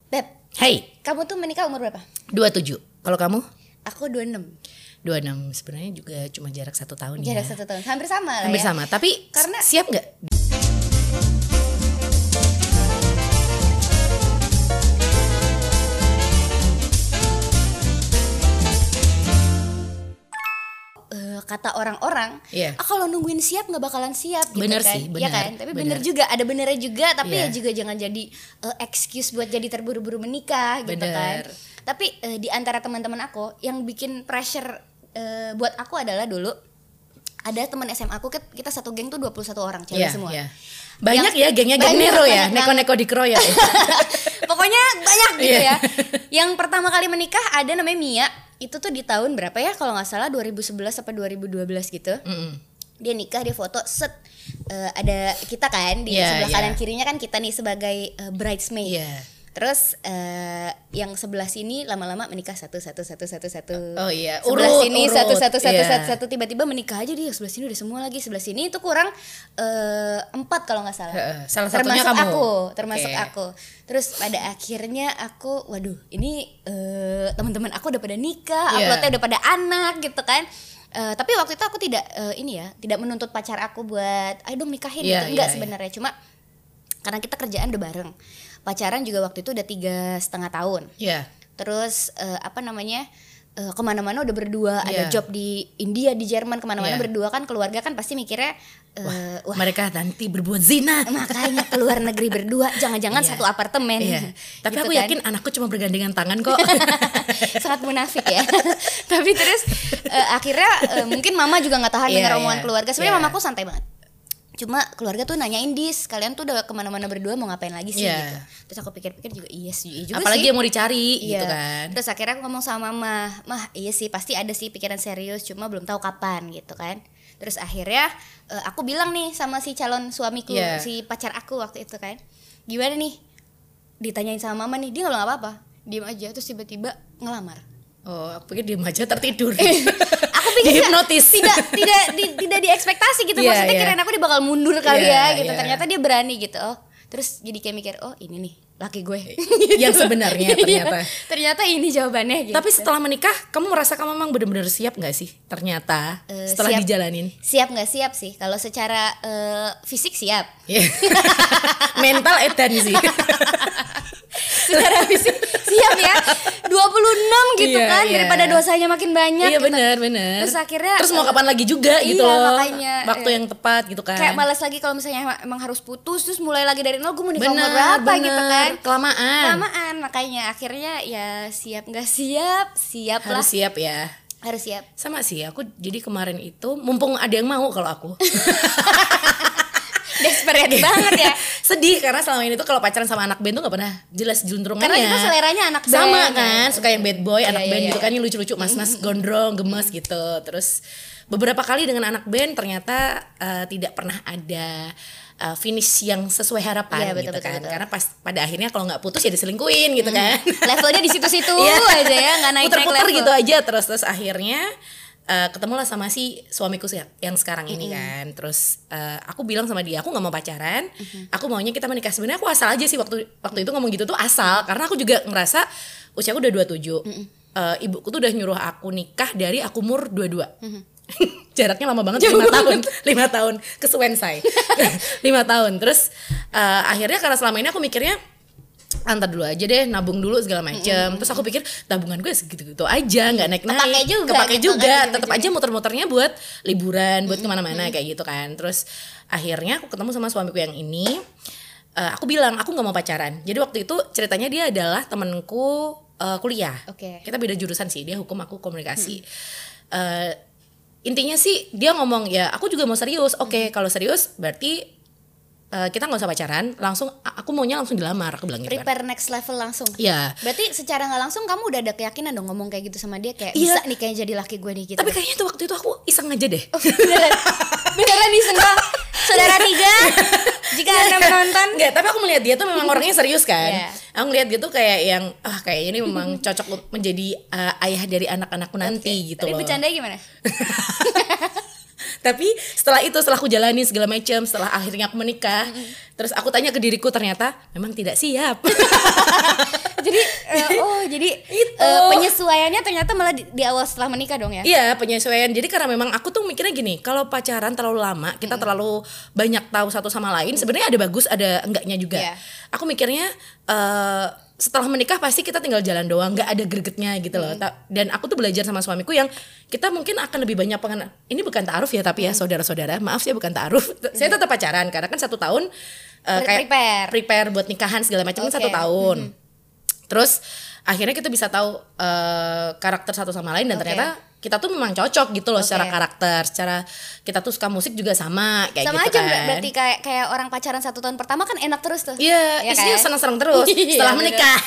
Beb, Hai, kamu tuh menikah umur berapa? 27. Kalau kamu? Aku 26. 26. Sebenarnya juga cuma jarak 1 tahun Jarak ya. 1 tahun, hampir sama lah Hampir ya. sama, tapi Karena- siap nggak? Kata orang-orang, Iya. kalau nungguin siap nggak bakalan siap gitu Bener kan. sih, Ya bener, kan? Tapi bener. bener juga, ada benernya juga, tapi Iya. ya juga jangan jadi excuse buat jadi terburu-buru menikah gitu Bener. kan. Tapi di antara teman-teman aku yang bikin pressure buat aku adalah dulu ada teman SMA aku, kita satu geng tuh 21 orang cewek Iya, semua. iya. Banyak Yang- ya gengnya, geng banyak, Nero ya, banyak neko-neko dikeroyok ya. Pokoknya banyak gitu Iya. ya. Yang pertama kali menikah ada namanya Mia. Itu tuh di tahun berapa ya? Kalau nggak salah 2011 sampai 2012 gitu. Mm-mm. Dia nikah, dia foto set. Ada kita kan di Iya, sebelah iya. kanan kirinya kan kita nih sebagai bridesmaid. Iya. Terus yang sebelah sini lama-lama menikah satu. Oh iya, Sebelah urut, sini urut. satu. Iya. Tiba-tiba menikah aja dia. Sebelah sini udah semua lagi. Sebelah sini itu kurang 4 kalau nggak salah. Salah satunya termasuk kamu. termasuk Oke. aku. Terus pada akhirnya aku, waduh, ini teman-teman aku udah pada nikah, Iya. uploadnya udah pada anak gitu kan. Tapi waktu itu aku tidak tidak menuntut pacar aku buat ayo dong nikahin Iya, gitu. Enggak iya, sebenarnya, cuma karena kita kerjaan udah bareng. Pacaran juga waktu itu udah 3,5 tahun. Iya. Terus kemana-mana udah berdua. Ada Iya. job di India, di Jerman, kemana-mana Iya. berdua kan. Keluarga kan pasti mikirnya wah, Mereka nanti berbuat zina. makanya keluar negeri berdua, jangan-jangan Iya. satu apartemen. Iya. Tapi Gitu aku kan. yakin anakku cuma bergandengan tangan kok. Sangat munafik ya. Tapi terus akhirnya mungkin mama juga nggak tahan Iya, dengar omongan iya. keluarga. Sebenarnya Iya. mamaku santai banget. Cuma keluarga tuh nanyain, Dis, kalian tuh udah kemana-mana berdua mau ngapain lagi sih Iya. gitu. Terus aku pikir-pikir juga iya juga Apalagi sih. yang mau dicari Iya. gitu kan. Terus akhirnya aku ngomong sama mama, mah iya sih pasti ada sih pikiran serius, cuma belum tahu kapan gitu kan. Terus akhirnya aku bilang nih sama si calon suamiku, Iya. si pacar aku waktu itu kan, gimana nih? Ditanyain sama mama nih, dia nggak bilang apa-apa, diem aja. Terus tiba-tiba ngelamar. Oh, aku pikir diem aja tertidur. Aku pikir Dihipnotis. tidak diekspektasi gitu. Iya, Maksudnya iya. kirain aku dia bakal mundur kali Iya, ya gitu. iya. Ternyata dia berani gitu. Oh, terus jadi kayak mikir, oh ini nih laki gue. Yang sebenarnya ternyata. Ternyata ini jawabannya gitu. Tapi setelah menikah, kamu merasa kamu memang benar-benar siap nggak sih? Ternyata setelah siap. dijalanin. Siap nggak siap sih? Kalau secara fisik siap. Iya. Mental edan sih. Secara fisik siap ya. 26 gitu Iya, kan, iya. daripada dosanya makin banyak. Iya gitu. benar. Terus akhirnya mau kapan lagi juga gitu iya, loh. makanya, Waktu yang tepat gitu kan. kayak malas lagi kalau misalnya emang harus putus, terus mulai lagi dari nol. Gue mau nikah umur Bener, berapa bener. gitu kan. Kelamaan. Makanya akhirnya ya siap nggak siap lah. Harus siap ya. Harus siap. Sama sih, aku jadi kemarin itu mumpung ada yang mau kalau aku. Desperate banget ya. Sedih karena selama ini tuh kalau pacaran sama anak band tuh gak pernah jelas juntrungannya. Karena kita seleranya anak band. Sama kan, suka yang bad boy, anak Iya, band iya, gitu kan, yang lucu-lucu, mas-mas gondrong, gemes gitu. Terus beberapa kali dengan anak band ternyata tidak pernah ada finish yang sesuai harapan Iya, betul, gitu betul, kan. betul. Karena pada akhirnya kalau nggak putus ya diselingkuin gitu kan. Levelnya di situ-situ Iya. aja ya, nggak naik Puter-puter level. gitu aja terus akhirnya ketemulah sama si suamiku sih yang sekarang ini kan. Terus aku bilang sama dia, aku nggak mau pacaran, aku maunya kita menikah. Sebenarnya aku asal aja sih waktu itu ngomong gitu tuh asal, karena aku juga ngerasa usiaku udah 27. Ibuku tuh udah nyuruh aku nikah dari aku umur 22. Jaraknya lama banget, 5 tahun 5 tahun kesuwen say 5 tahun. Terus akhirnya karena selama ini aku mikirnya antar dulu aja deh, nabung dulu segala macem. Terus aku pikir tabungan gue segitu-gitu aja, nggak naik-naik, kepake gitu juga, kan, tetap aja muter-muternya buat liburan, buat kemana-mana kayak gitu kan. Terus akhirnya aku ketemu sama suamiku yang ini, aku bilang aku nggak mau pacaran. Jadi waktu itu ceritanya dia adalah temenku kuliah. Oke. Kita beda jurusan sih, dia hukum, aku komunikasi. Intinya sih dia ngomong ya aku juga mau serius. Oke, kalau serius berarti kita nggak usah pacaran, langsung aku maunya langsung dilamar, aku bilang gitu kan. Prepare next level langsung. Iya. Berarti secara nggak langsung kamu udah ada keyakinan dong ngomong kayak gitu sama dia, kayak Iya. bisa nih kayak jadi laki gue nih gitu. Tapi kayaknya tuh waktu itu aku iseng aja deh. Beneran nih Sengka. Saudara tiga, jika Anda menonton. Enggak, tapi aku melihat dia tuh memang orangnya serius kan. Iya. Aku ngeliat dia tuh kayak yang kayaknya ini memang cocok menjadi ayah dari anak-anakku nanti gitu Tapi loh. bercandanya gimana? Tapi setelah aku jalani segala macam, setelah akhirnya aku menikah, terus aku tanya ke diriku ternyata memang tidak siap. penyesuaiannya ternyata malah di awal setelah menikah dong ya? Iya, penyesuaian. Jadi karena memang aku tuh mikirnya gini, kalau pacaran terlalu lama, kita terlalu banyak tahu satu sama lain, sebenarnya ada bagus, ada enggaknya juga. Iya. Aku mikirnya setelah menikah pasti kita tinggal jalan doang, nggak ada gregetnya gitu loh. Dan aku tuh belajar sama suamiku yang kita mungkin akan lebih banyak pengenal. Ini bukan ta'aruf ya, tapi ya saudara-saudara, maaf ya bukan ta'aruf. Saya tetap pacaran karena kan 1 tahun kayak prepare buat nikahan segala macam kan 1 tahun. Terus akhirnya kita bisa tahu karakter satu sama lain dan ternyata kita tuh memang cocok gitu loh secara karakter, secara kita tuh suka musik juga sama kayak sama gitu aja kan. berarti kayak orang pacaran 1 tahun pertama kan enak terus tuh. Iya, ya isinya kan? senang-senang terus setelah menikah.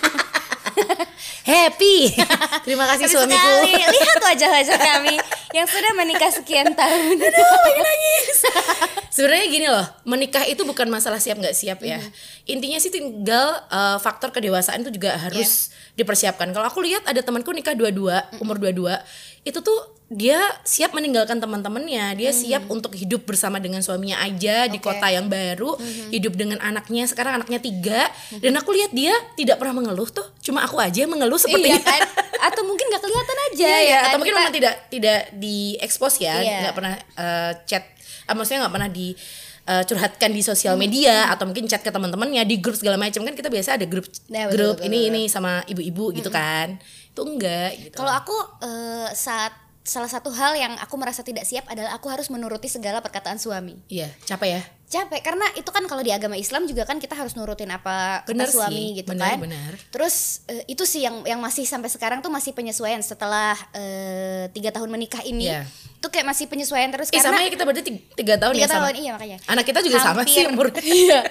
Happy. Terima kasih Tapi suamiku. sekali, lihat wajah-wajah kami yang sudah menikah sekian tahun. Aduh, lagi nangis. Sebenarnya gini loh, menikah itu bukan masalah siap nggak siap ya. Intinya sih tinggal faktor kedewasaan itu juga harus dipersiapkan. Kalau aku lihat ada temanku nikah 22, umur 22, itu tuh dia siap meninggalkan teman-temannya, dia siap untuk hidup bersama dengan suaminya aja di kota yang baru, hidup dengan anaknya, sekarang anaknya 3, dan aku lihat dia tidak pernah mengeluh tuh, cuma aku aja yang mengeluh sepertinya. Iya kan? Atau mungkin gak kelihatan aja ya, kan? atau mungkin memang tidak diekspos ya, nggak pernah chat, maksudnya nggak pernah di curhatkan di sosial media atau mungkin chat ke teman-temannya di grup segala macam, kan kita biasa ada grup betul. ini sama ibu-ibu gitu kan, itu enggak gitu. Kalau aku salah satu hal yang aku merasa tidak siap adalah aku harus menuruti segala perkataan suami. Iya, capek ya. Capek karena itu kan kalau di agama Islam juga kan kita harus nurutin apa kata suami gitu kan. Benar. Terus itu sih yang masih sampai sekarang tuh masih penyesuaian setelah 3 tahun menikah ini. Tuh kayak masih penyesuaian terus karena sama ya, kita berarti 3 tahun 3 ya tahun, sama. iya makanya. Anak kita juga sama sih umur. Iya.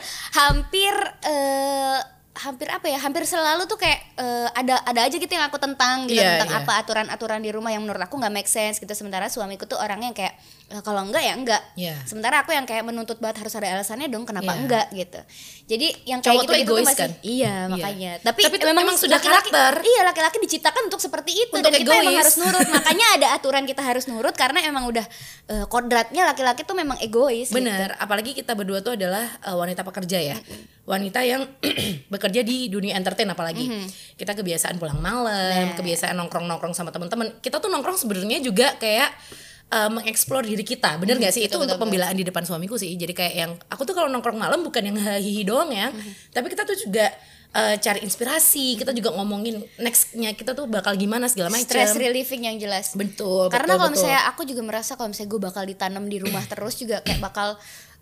Hampir apa ya? Hampir selalu tuh kayak ada aja gitu yang aku tentang gitu, tentang apa aturan-aturan di rumah yang menurut aku nggak make sense gitu. Sementara suamiku tuh orangnya yang kayak kalau enggak ya enggak. Sementara aku yang kayak menuntut banget harus ada alasannya dong kenapa enggak gitu. Jadi yang kayak cowok gitu tuh egois masih, kan? Iya, makanya. Tapi memang sudah karakter. Iya, laki-laki diciptakan untuk seperti itu untuk dan egois. kita emang harus nurut. Makanya ada aturan kita harus nurut karena emang udah kodratnya laki-laki tuh memang egois. Bener, gitu. apalagi kita berdua tuh adalah wanita pekerja ya. Wanita yang bekerja di dunia entertain apalagi. Kita kebiasaan pulang malam, kebiasaan nongkrong-nongkrong sama teman-teman. Kita tuh nongkrong sebenarnya juga kayak mengeksplor diri kita, bener gak sih? Itu untuk pembelaan di depan suamiku sih. Jadi kayak yang aku tuh kalau nongkrong malam bukan yang hihi doang ya, tapi kita tuh juga cari inspirasi. Kita juga ngomongin nextnya kita tuh bakal gimana segala macam. Stress relieving yang jelas. Betul. Karena kalau misalnya aku juga merasa kalau misalnya gue bakal ditanam di rumah terus juga kayak bakal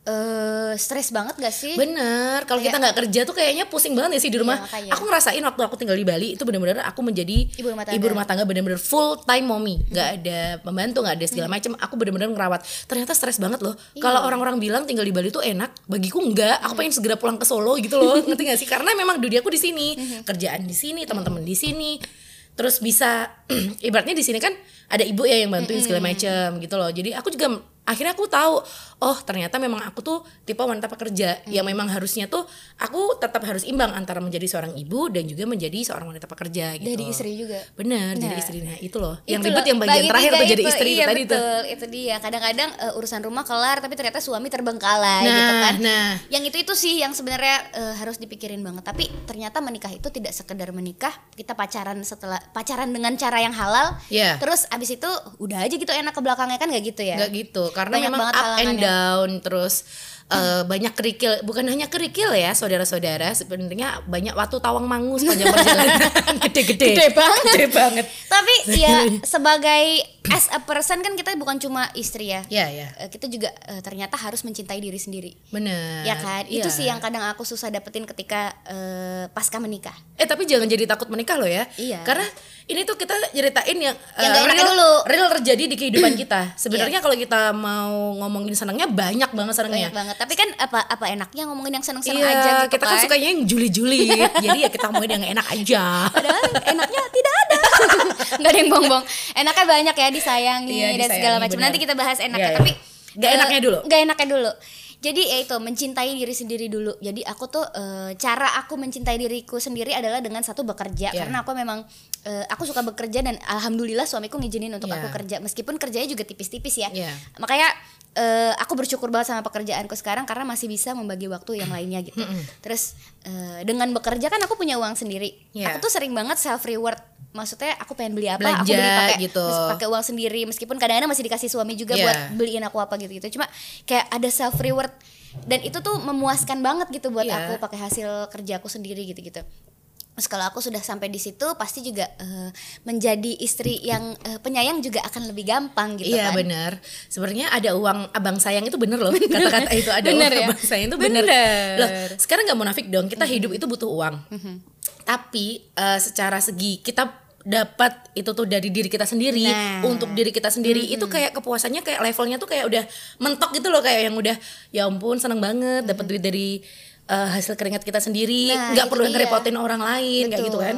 stres banget gak sih? Bener, kalau kita nggak kerja tuh kayaknya pusing banget ya sih di rumah. Aku ngerasain waktu aku tinggal di Bali itu bener-bener aku menjadi ibu rumah tangga bener-bener full time mommy, nggak ada pembantu, nggak ada segala macam. Aku bener-bener ngerawat. Ternyata stres banget loh. Kalau orang-orang bilang tinggal di Bali tuh enak, bagiku enggak. Aku pengen segera pulang ke Solo gitu loh, ngerti gak sih? Karena memang duniaku di sini, kerjaan di sini, teman-teman di sini. Terus bisa ibaratnya di sini kan ada ibu ya yang bantuin segala macam gitu loh. Jadi aku juga akhirnya aku tahu, oh ternyata memang aku tuh tipe wanita pekerja yang memang harusnya tuh aku tetap harus imbang antara menjadi seorang ibu dan juga menjadi seorang wanita pekerja gitu. Jadi istri juga. Benar, jadi istri. Nah itu loh yang ribet yang bagian terakhir tuh jadi istri iya, tadi betul, tuh. Itu dia. Kadang-kadang urusan rumah kelar tapi ternyata suami terbengkalai gitu kan. Yang itu sih yang sebenarnya harus dipikirin banget. Tapi ternyata menikah itu tidak sekedar menikah, kita pacaran dengan cara yang halal. Terus abis itu udah aja gitu enak ke belakangnya kan nggak gitu ya? Nggak gitu. Karena banyak memang up and down, terus banyak kerikil, bukan hanya kerikil ya saudara-saudara, sebenarnya banyak waktu tawang mangu sepanjang perjalanan. Gede banget. Tapi ya sebagai as a person kan kita bukan cuma istri ya. Kita juga ternyata harus mencintai diri sendiri. Bener. Ya kan? Itu sih yang kadang aku susah dapetin ketika pasca menikah. Tapi jangan jadi takut menikah loh ya. Karena ini tuh kita ceritain yang real terjadi di kehidupan kita. Sebenarnya kalau kita mau ngomongin senangnya banyak banget senangnya. Banyak banget. Tapi kan apa enaknya ngomongin yang seneng-seneng aja gitu kita kan sukanya yang juli-juli. Jadi ya kita ngomongin yang enak aja. Padahal enaknya tidak ada. Nggak ada yang bongbong. Enaknya banyak ya, disayangi dan segala macam. Nanti kita bahas enaknya. Tapi gak enaknya dulu. Jadi ya itu, mencintai diri sendiri dulu. Jadi aku tuh cara aku mencintai diriku sendiri adalah dengan satu bekerja. Karena aku memang aku suka bekerja dan alhamdulillah suamiku ngizinin untuk aku kerja meskipun kerjanya juga tipis-tipis ya. Makanya aku bersyukur banget sama pekerjaanku sekarang karena masih bisa membagi waktu yang lainnya gitu. Terus dengan bekerja kan aku punya uang sendiri. Aku tuh sering banget self reward. Maksudnya aku pengen beli apa, belanja, aku beli pakai gitu. Pakai uang sendiri meskipun kadang-kadang masih dikasih suami juga buat beliin aku apa gitu. Cuma kayak ada self reward dan itu tuh memuaskan banget gitu buat aku pakai hasil kerja aku sendiri gitu-gitu. Terus kalau aku sudah sampai di situ pasti juga menjadi istri yang penyayang juga akan lebih gampang gitu kan. Iya benar. Sebenarnya ada uang abang sayang itu bener loh. Kata-kata itu ada uang abang sayang itu bener. Loh, sekarang nggak munafik dong. Kita hidup itu butuh uang. Tapi secara segi kita dapat itu tuh dari diri kita sendiri, untuk diri kita sendiri itu kayak kepuasannya kayak levelnya tuh kayak udah mentok gitu loh, kayak yang udah ya ampun seneng banget dapat duit dari hasil keringat kita sendiri, nggak perlu ngerepotin orang lain. Betul. Kayak gitu kan.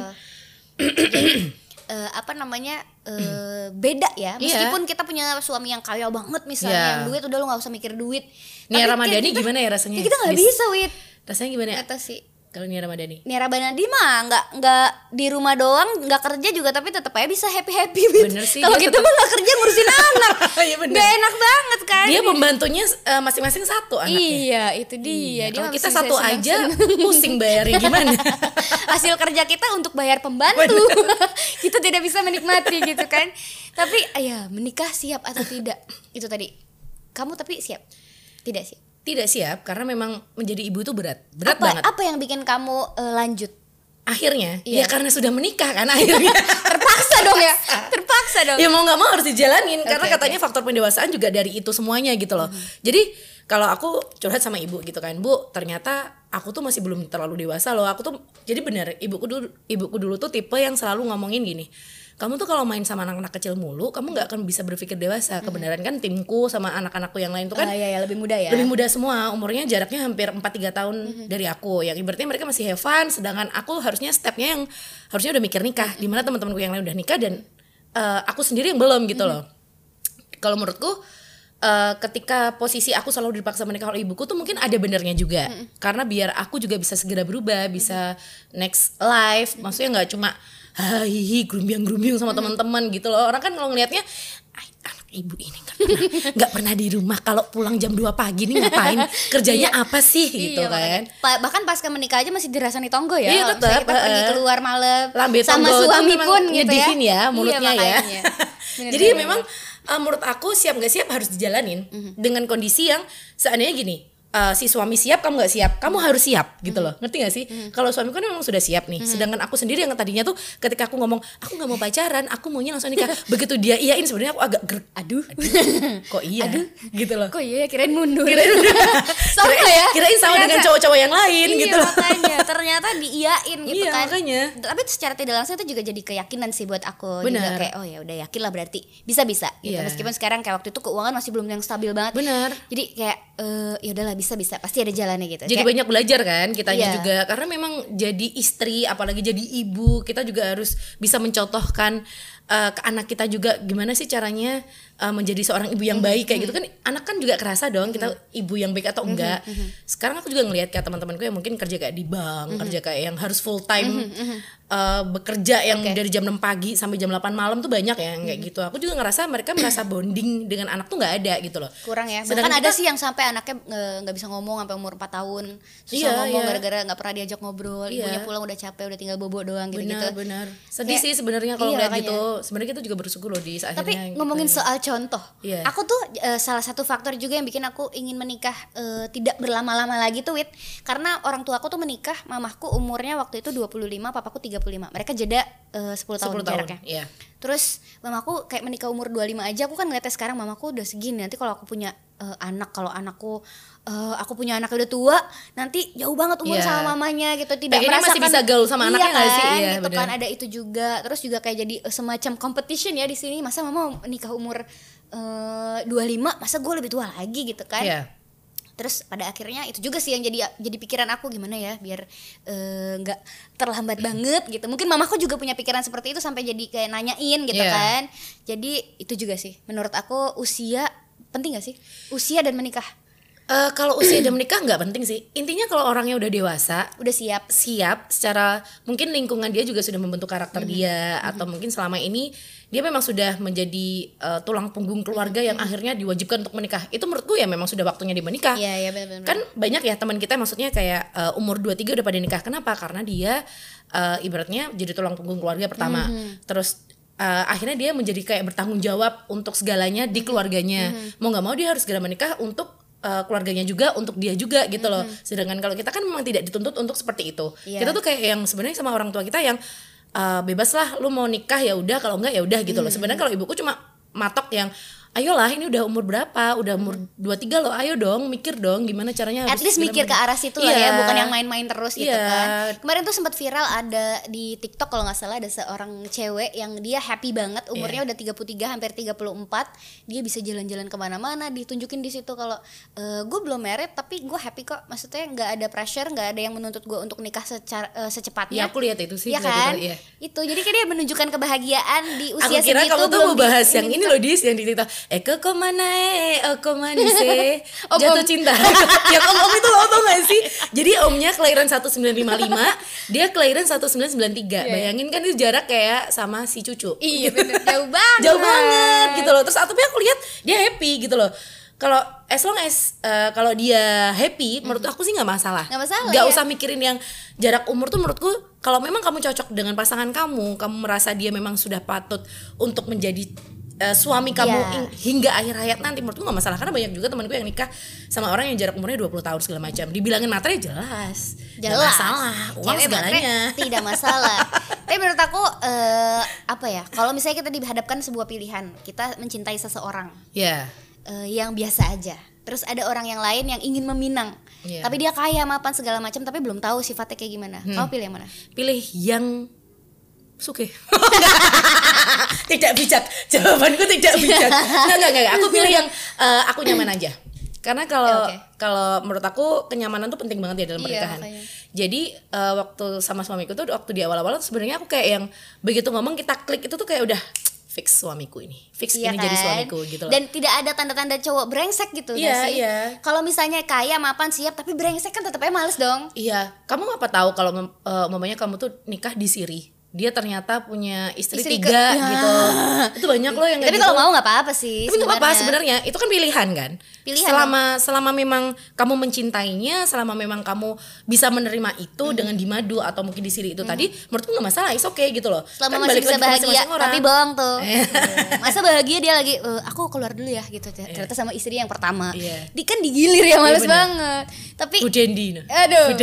Jadi beda ya meskipun kita punya suami yang kaya banget misalnya, yang duit udah lu nggak usah mikir duit. Nia Ramadhani gimana ya rasanya? Kita nggak bisa Wit. Rasanya gimana ya? Kata sih kalau Nia Ramadhani mah nggak di rumah doang, nggak kerja juga tapi tetap aja bisa happy. Bener sih. Kalau kita mah nggak kerja ngurusin anak, nggak enak banget kan. Dia pembantunya masing-masing satu anaknya. Iya itu dia. Kalau kita satu aja pusing bayarnya gimana? Hasil kerja kita untuk bayar pembantu. Kita tidak bisa menikmati gitu kan. Tapi ya menikah siap atau tidak itu tadi. Kamu tapi siap? Tidak siap. Tidak siap karena memang menjadi ibu itu berat banget. Apa yang bikin kamu lanjut? Akhirnya ya karena sudah menikah kan akhirnya. Terpaksa dong. Ya mau nggak mau harus dijalanin karena katanya faktor pendewasaan juga dari itu semuanya gitu loh. Jadi kalau aku curhat sama ibu gitu kan, Bu, ternyata aku tuh masih belum terlalu dewasa loh. Aku tuh jadi benar ibuku dulu tuh tipe yang selalu ngomongin gini. Kamu tuh kalau main sama anak-anak kecil mulu, kamu nggak akan bisa berpikir dewasa. Kebenaran kan timku sama anak-anakku yang lain tuh kan lebih muda ya. Lebih muda semua, umurnya jaraknya hampir 4-3 tahun dari aku. Yang ibaratnya mereka masih have fun, sedangkan aku harusnya stepnya yang harusnya udah mikir nikah. Dimana teman-temanku yang lain udah nikah dan aku sendiri yang belum gitu loh. Kalau menurutku ketika posisi aku selalu dipaksa menikah oleh ibuku tuh mungkin ada benernya juga. Karena biar aku juga bisa segera berubah, bisa next life. Maksudnya nggak cuma hihi grumbing sama teman-teman gitu loh. Orang kan kalau ngelihatnya anak ibu ini nggak pernah di rumah, kalau pulang jam 2 pagi nih ngapain, kerjanya apa sih gitu kan. Bahkan pasca menikah aja masih dirasani tonggo ya. Iya tetap kita pergi keluar malam sama suami pun gitu ya mulutnya ya. Jadi memang menurut aku siap nggak siap harus dijalanin dengan kondisi yang seandainya gini. Si suami siap, kamu nggak siap, kamu harus siap gitu loh, ngerti nggak sih? Kalau suami kan memang sudah siap nih, sedangkan aku sendiri yang tadinya tuh ketika aku ngomong aku nggak mau pacaran, aku maunya langsung nikah, begitu dia iyain sebenarnya aku agak aduh, kok iya, gitu loh. Kok iya, kirain mundur. Sama ya? Kirain sama dengan cowok-cowok yang lain gitu loh. Makanya ternyata diiyain gitu kan. Makanya. Tapi secara tidak langsung itu juga jadi keyakinan sih buat aku. Benar. Juga kayak oh ya udah yakin lah berarti bisa gitu. Meskipun sekarang kayak waktu itu keuangan masih belum yang stabil banget. Benar. Jadi kayak ya udahlah bisa pasti ada jalannya gitu. Jadi kayak, banyak belajar kan kitanya juga karena memang jadi istri apalagi jadi ibu kita juga harus bisa mencontohkan ke anak kita juga gimana sih caranya menjadi seorang ibu yang baik kayak gitu kan. Anak kan juga kerasa dong kita ibu yang baik atau enggak. Sekarang aku juga ngelihat kayak teman-temanku yang mungkin kerja kayak di bank, kerja kayak yang harus full time bekerja yang dari jam 6 pagi sampai jam 8 malam tuh banyak ya kayak gitu. Aku juga ngerasa mereka merasa bonding dengan anak tuh nggak ada gitu loh. Kurang ya. Bahkan ada sih yang sampai anaknya nggak bisa ngomong sampai umur 4 tahun. Susah ngomong gara-gara nggak pernah diajak ngobrol. Ibunya pulang udah capek, udah tinggal bobo doang gitu-gitu. Benar. Sedih sih sebenarnya kalau ngeliat gitu. Sebenarnya kita juga bersyukur loh di saat tapi ngomongin soal contoh, aku tuh salah satu faktor juga yang bikin aku ingin menikah tidak berlama-lama lagi tuh Wit, karena orang tua aku tuh menikah, mamahku umurnya waktu itu 25, papaku 35, mereka jeda 10 tahun jaraknya. Terus mamaku kayak menikah umur 25 aja, aku kan ngeliatnya sekarang mamaku udah segini, nanti kalau aku punya kalau aku punya anak udah tua, nanti jauh banget umur sama mamanya gitu, tidak merasakan masih bisa gaul sama anaknya nggak sih? Iya, gitu kan ada itu juga. Terus juga kayak jadi semacam competition ya di sini. Masa mama nikah umur 25, masa gue lebih tua lagi gitu kan? Terus pada akhirnya itu juga sih yang jadi pikiran aku gimana ya biar nggak terlambat banget gitu. Mungkin mamaku juga punya pikiran seperti itu sampai jadi kayak nanyain gitu kan. Jadi itu juga sih menurut aku usia penting nggak sih? Usia dan menikah. Kalau usia dan menikah nggak penting sih. Intinya kalau orangnya udah dewasa, udah siap secara mungkin lingkungan dia juga sudah membentuk karakter dia, atau mungkin selama ini dia memang sudah menjadi tulang punggung keluarga yang akhirnya diwajibkan untuk menikah. Itu menurutku ya memang sudah waktunya di menikah. Iya, benar-benar. Kan banyak ya teman kita maksudnya kayak umur 23 udah pada nikah. Kenapa? Karena dia ibaratnya jadi tulang punggung keluarga pertama. Terus akhirnya dia menjadi kayak bertanggung jawab untuk segalanya di keluarganya. Mau nggak mau dia harus segera menikah untuk keluarganya juga, untuk dia juga gitu loh. Sedangkan kalau kita kan memang tidak dituntut untuk seperti itu. Kita tuh kayak yang sebenarnya sama orang tua kita yang bebas lah, lu mau nikah ya udah, kalau enggak ya udah gitu loh. Sebenarnya kalau ibuku cuma matok yang ayolah ini udah umur berapa, udah umur 23 loh, ayo dong mikir dong gimana caranya. At least mikir ke arah situ lah ya, bukan yang main-main terus gitu kan. Kemarin tuh sempat viral ada di TikTok kalau nggak salah, ada seorang cewek yang dia happy banget, umurnya udah 33 hampir 34, dia bisa jalan-jalan kemana-mana, ditunjukin di situ kalau gue belum married tapi gue happy kok, maksudnya nggak ada pressure, nggak ada yang menuntut gue untuk nikah secepatnya. Ya aku lihat itu sih. Ya kan? Itu jadi kan dia menunjukkan kebahagiaan di usia segitu. Aku kira kamu tuh mau bahas yang ini loh Dis, yang di TikTok. Kok mana manis jatuh cinta. Yang om itu lo tau gak sih? Jadi omnya kelahiran 1955, dia kelahiran 1993. Bayangin kan itu jarak kayak sama si cucu. Iya bener, jauh banget. Jauh banget gitu loh. Terus tapi aku lihat dia happy gitu loh. Kalau as long as kalau dia happy, menurut aku sih nggak masalah. Nggak usah mikirin yang jarak umur tuh. Menurutku kalau memang kamu cocok dengan pasangan kamu merasa dia memang sudah patut untuk menjadi suami kamu hingga akhir hayat nanti, menurutku gak masalah. Karena banyak juga temanku yang nikah sama orang yang jarak umurnya 20 tahun segala macam. Dibilangin materi jelas. Gak masalah, uang segalanya. Tidak masalah. Tapi menurut aku kalau misalnya kita dihadapkan sebuah pilihan, kita mencintai seseorang yang biasa aja, terus ada orang yang lain yang ingin meminang, tapi dia kaya mapan segala macam, tapi belum tahu sifatnya kayak gimana. Kamu pilih yang mana? Pilih yang suke. Tidak bijak, jawabanku tidak bijak. Enggak. Aku pilih yang aku nyaman aja. Karena kalau menurut aku kenyamanan tuh penting banget ya dalam pernikahan. Jadi waktu sama suamiku tuh waktu di awal-awal tuh sebenarnya aku kayak yang begitu ngomong kita klik itu tuh kayak udah fix suamiku ini, fix ini jadi suamiku gitu loh. Dan tidak ada tanda-tanda cowok brengsek gitu sih. Kalau misalnya kaya mapan siap tapi brengsek kan tetap aja males dong. Iya, kamu apa tahu kalau mamanya kamu tuh nikah di Siri, dia ternyata punya istri 3 gitu. Itu banyak loh yang tapi kalau mau nggak apa-apa sih. Tapi nggak apa-apa sebenarnya, itu kan pilihan kan. Selama memang kamu mencintainya, selama memang kamu bisa menerima itu dengan di madu atau mungkin di Siri itu tadi, menurutku nggak masalah, is okay gitu loh. Selama kan masih bisa bahagia, tapi bohong tuh. Masa bahagia dia lagi, aku keluar dulu ya gitu. Ternyata sama istri yang pertama. Kan digilir ya, males banget. Tapi Budendi. Aduh.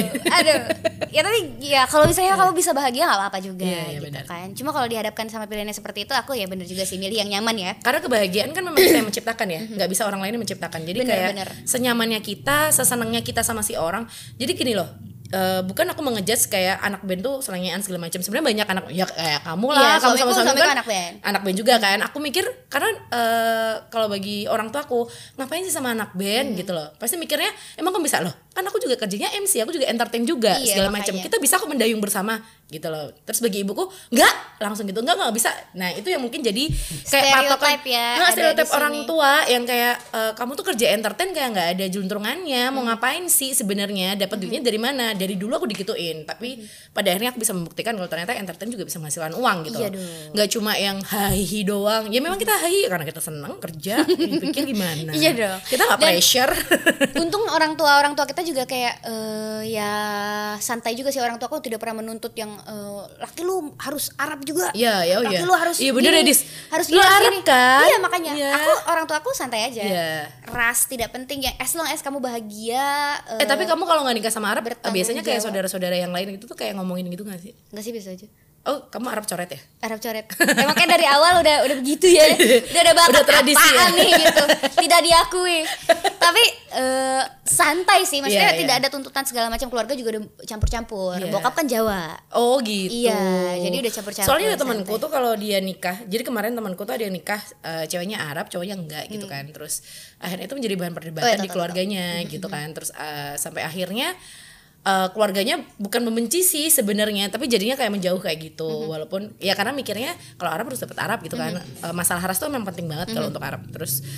Ya tapi ya kalau misalnya kamu bisa bahagia nggak apa-apa juga. Gitu kan. Cuma kalau dihadapkan sama pilihannya seperti itu, aku ya bener juga sih milih yang nyaman ya. Karena kebahagiaan kan memang kita yang menciptakan ya, nggak bisa orang lain yang menciptakan. Jadi kayak senyamannya kita, sesenangnya kita sama si orang. Jadi gini loh, bukan aku mengejudge kayak anak band tuh selengean segala macam. Sebenarnya banyak anak ya kayak kamu lah, kamu sama suami kan anak band juga kan. Aku mikir karena kalau bagi orang tua aku, ngapain sih sama anak band gitu loh. Pasti mikirnya emang kamu bisa loh. Kan aku juga kerjanya MC, aku juga entertain juga segala macam. Kita bisa kok mendayung bersama gitu loh. Terus bagi ibuku enggak, langsung gitu enggak bisa. Nah, itu yang mungkin jadi kayak patokan stereotip orang tua yang kayak kamu tuh kerja entertain kayak enggak ada juntrungannya. Mau ngapain sih sebenarnya? Dapat duitnya dari mana? Dari dulu aku digituin, tapi pada akhirnya aku bisa membuktikan kalau ternyata entertain juga bisa menghasilkan uang gitu. Nggak cuma yang hahi doang. Ya memang kita hahi karena kita senang kerja. Pikir gimana? Iya dong. Kita nggak pressure. Untung orang tua kita juga kayak ya santai juga sih. Orang tua aku tidak pernah menuntut yang laki lu harus Arab juga. Laki lu harus bener ya Dis. Harus lu Arab kan? Iya makanya. Orang tua aku santai aja. Ras tidak penting ya. As long as kamu bahagia. Tapi kamu kalau nggak nikah sama Arab, biasanya kayak saudara-saudara yang lain itu tuh kayak ngomongin gitu nggak sih? Nggak sih, biasa aja. Oh, kamu Arab coret ya? Arab coret. Emang kan dari awal udah begitu ya. Udah ada bakat tradisi nih gitu. Tidak diakui. Tapi santai sih, maksudnya tidak ada tuntutan segala macam. Keluarga juga udah campur-campur. Bokap kan Jawa. Oh gitu. Iya, jadi udah campur-campur. Soalnya ada temanku tuh kalau dia nikah. Jadi kemarin temanku tuh ada yang nikah, ceweknya Arab, cowoknya enggak gitu kan. Terus akhirnya itu menjadi bahan perdebatan di keluarganya gitu kan. Terus sampai akhirnya keluarganya bukan membenci sih sebenarnya, tapi jadinya kayak menjauh kayak gitu. Walaupun ya karena mikirnya kalau Arab harus dapat Arab gitu kan. Masalah ras tuh memang penting banget kalau untuk Arab. Terus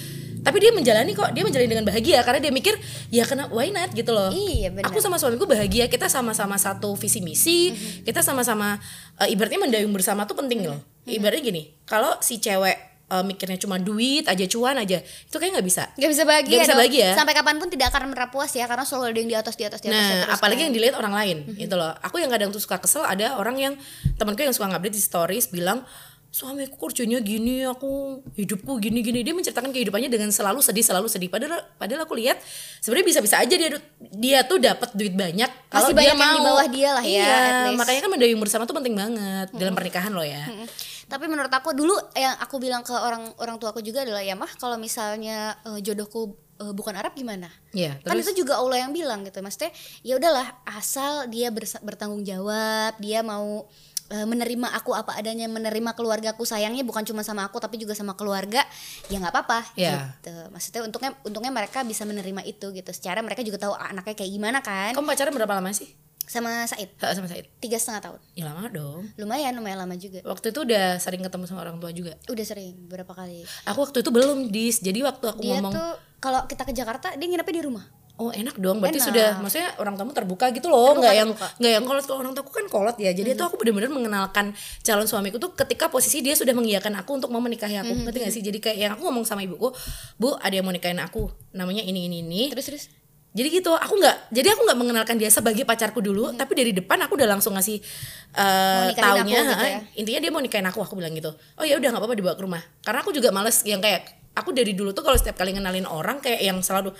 Tapi dia menjalani dengan bahagia karena dia mikir ya why not gitu loh. Iya, benar. Aku sama suamiku bahagia, kita sama-sama satu visi misi, kita sama-sama ibaratnya mendayung bersama tuh penting loh. Ibaratnya gini, kalau si cewek mikirnya cuma duit aja, cuan aja, itu kayak nggak bisa bahagia. Sampai kapanpun tidak akan merasa puas ya, karena selalu ada yang di atas. Nah, apalagi yang dilihat orang lain, itu loh. Aku yang kadang tuh suka kesel, ada orang yang temanku yang suka ngupdate di stories bilang, suamiku kerjanya gini, aku hidupku gini. Dia menceritakan kehidupannya dengan selalu sedih. Padahal aku lihat sebenarnya bisa-bisa aja dia tuh dapat duit banyak kalau dia mau. Yang di bawah dia lah ya. Iya, makanya kan mendayung bersama tuh penting banget dalam pernikahan loh ya. Tapi menurut aku dulu yang aku bilang ke orang tua aku juga adalah, ya mah kalau misalnya jodohku bukan Arab gimana? Iya. Kan itu juga Allah yang bilang gitu. Maksudnya ya udahlah, asal dia bertanggung jawab, dia mau menerima aku apa adanya, menerima keluargaku, sayangnya bukan cuma sama aku tapi juga sama keluarga, ya nggak apa-apa gitu. Maksudnya untungnya mereka bisa menerima itu gitu. Secara mereka juga tahu anaknya kayak gimana kan. Kamu pacaran berapa lama sih? Sama Said 3,5 tahun. Ya lama dong. Lumayan lama juga. Waktu itu udah sering ketemu sama orang tua juga? Udah sering, berapa kali. Aku waktu itu belum, Jadi waktu aku dia ngomong, tuh kalau kita ke Jakarta dia nginepnya di rumah. Oh enak dong, berarti sudah, maksudnya orang tamu terbuka gitu loh, nggak yang kolot. Orang tuaku kan kolot ya, jadi itu aku benar-benar mengenalkan calon suamiku tuh ketika posisi dia sudah mengiyakan aku untuk mau menikahi aku, ngerti nggak sih? Jadi kayak yang aku ngomong sama ibuku, Bu ada yang mau nikahin aku, namanya ini. Terus. Jadi gitu, aku nggak mengenalkan dia sebagai pacarku dulu, tapi dari depan aku udah langsung ngasih taunya, gitu ya? Intinya dia mau nikahin aku bilang gitu. Oh ya udah nggak apa-apa, dibawa ke rumah. Karena aku juga males yang kayak aku dari dulu tuh kalau setiap kali ngenalin orang kayak yang selalu